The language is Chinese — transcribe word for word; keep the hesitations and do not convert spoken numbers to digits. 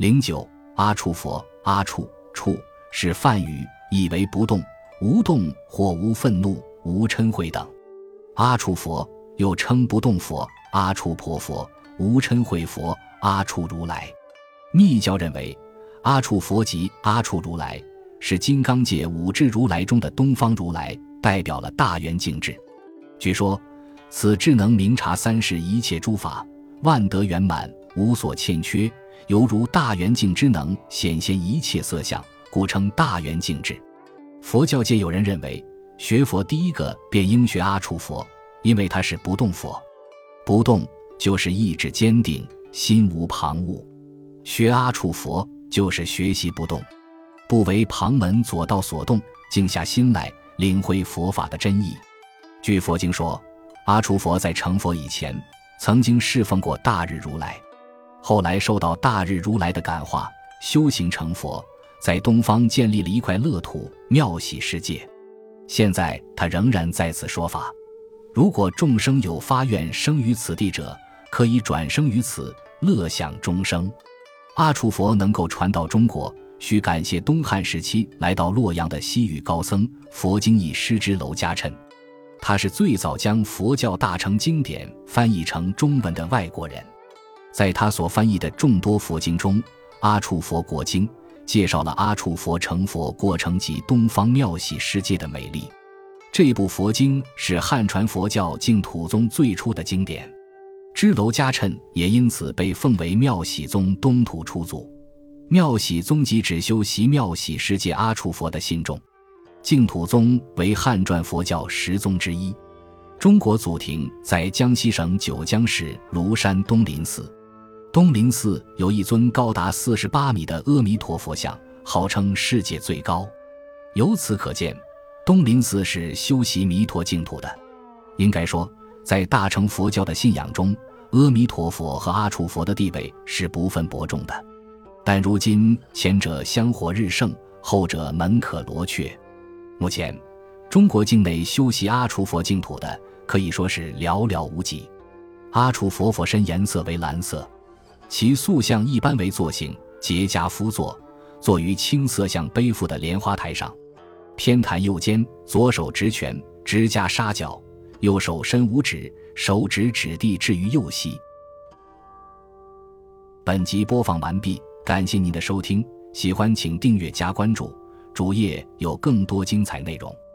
零九阿处佛，阿处处是梵语，意为不动、无动或无愤怒、无嗔恚等。阿处佛又称不动佛、阿处婆佛、无嗔恚佛、阿处如来。密教认为阿处佛即阿处如来，是金刚界五智如来中的东方如来，代表了大圆净智。据说此智能明察三世一切诸法，万德圆满，无所欠缺，犹如大圆镜之能显现一切色相，故称大圆镜智。佛教界有人认为学佛第一个便应学阿处佛，因为他是不动佛。不动就是意志坚定，心无旁骛。学阿处佛就是学习不动，不为旁门左道所动，静下心来领会佛法的真意。据佛经说，阿处佛在成佛以前曾经侍奉过大日如来，后来受到大日如来的感化，修行成佛，在东方建立了一块乐土，妙喜世界。现在他仍然在此说法，如果众生有发愿生于此地者，可以转生于此，乐享终生。阿处佛能够传到中国，需感谢东汉时期来到洛阳的西域高僧佛经译师之娄迦谶，他是最早将佛教大乘经典翻译成中文的外国人。在他所翻译的众多佛经中，阿处佛国经介绍了阿处佛成佛过程及东方妙喜世界的美丽。这部佛经是汉传佛教净土宗最初的经典，支娄迦谶也因此被奉为妙喜宗东土初祖。妙喜宗即只修习妙喜世界阿处佛的信众。净土宗为汉传佛教十宗之一，中国祖庭在江西省九江市庐山东林寺。东林寺有一尊高达四十八米的阿弥陀佛像，号称世界最高。由此可见，东林寺是修习弥陀净土的。应该说，在大乘佛教的信仰中，阿弥陀佛和阿处佛的地位是不分伯仲的。但如今前者香火日盛，后者门可罗雀。目前中国境内修习阿处佛净土的可以说是寥寥无几。阿处佛佛身颜色为蓝色，其塑像一般为坐形，结跏趺坐，坐于青色像背负的莲花台上，偏袒右肩，左手执拳，直架杀脚，右手伸五指，手指指地置于右膝。本集播放完毕，感谢您的收听，喜欢请订阅加关注，主页有更多精彩内容。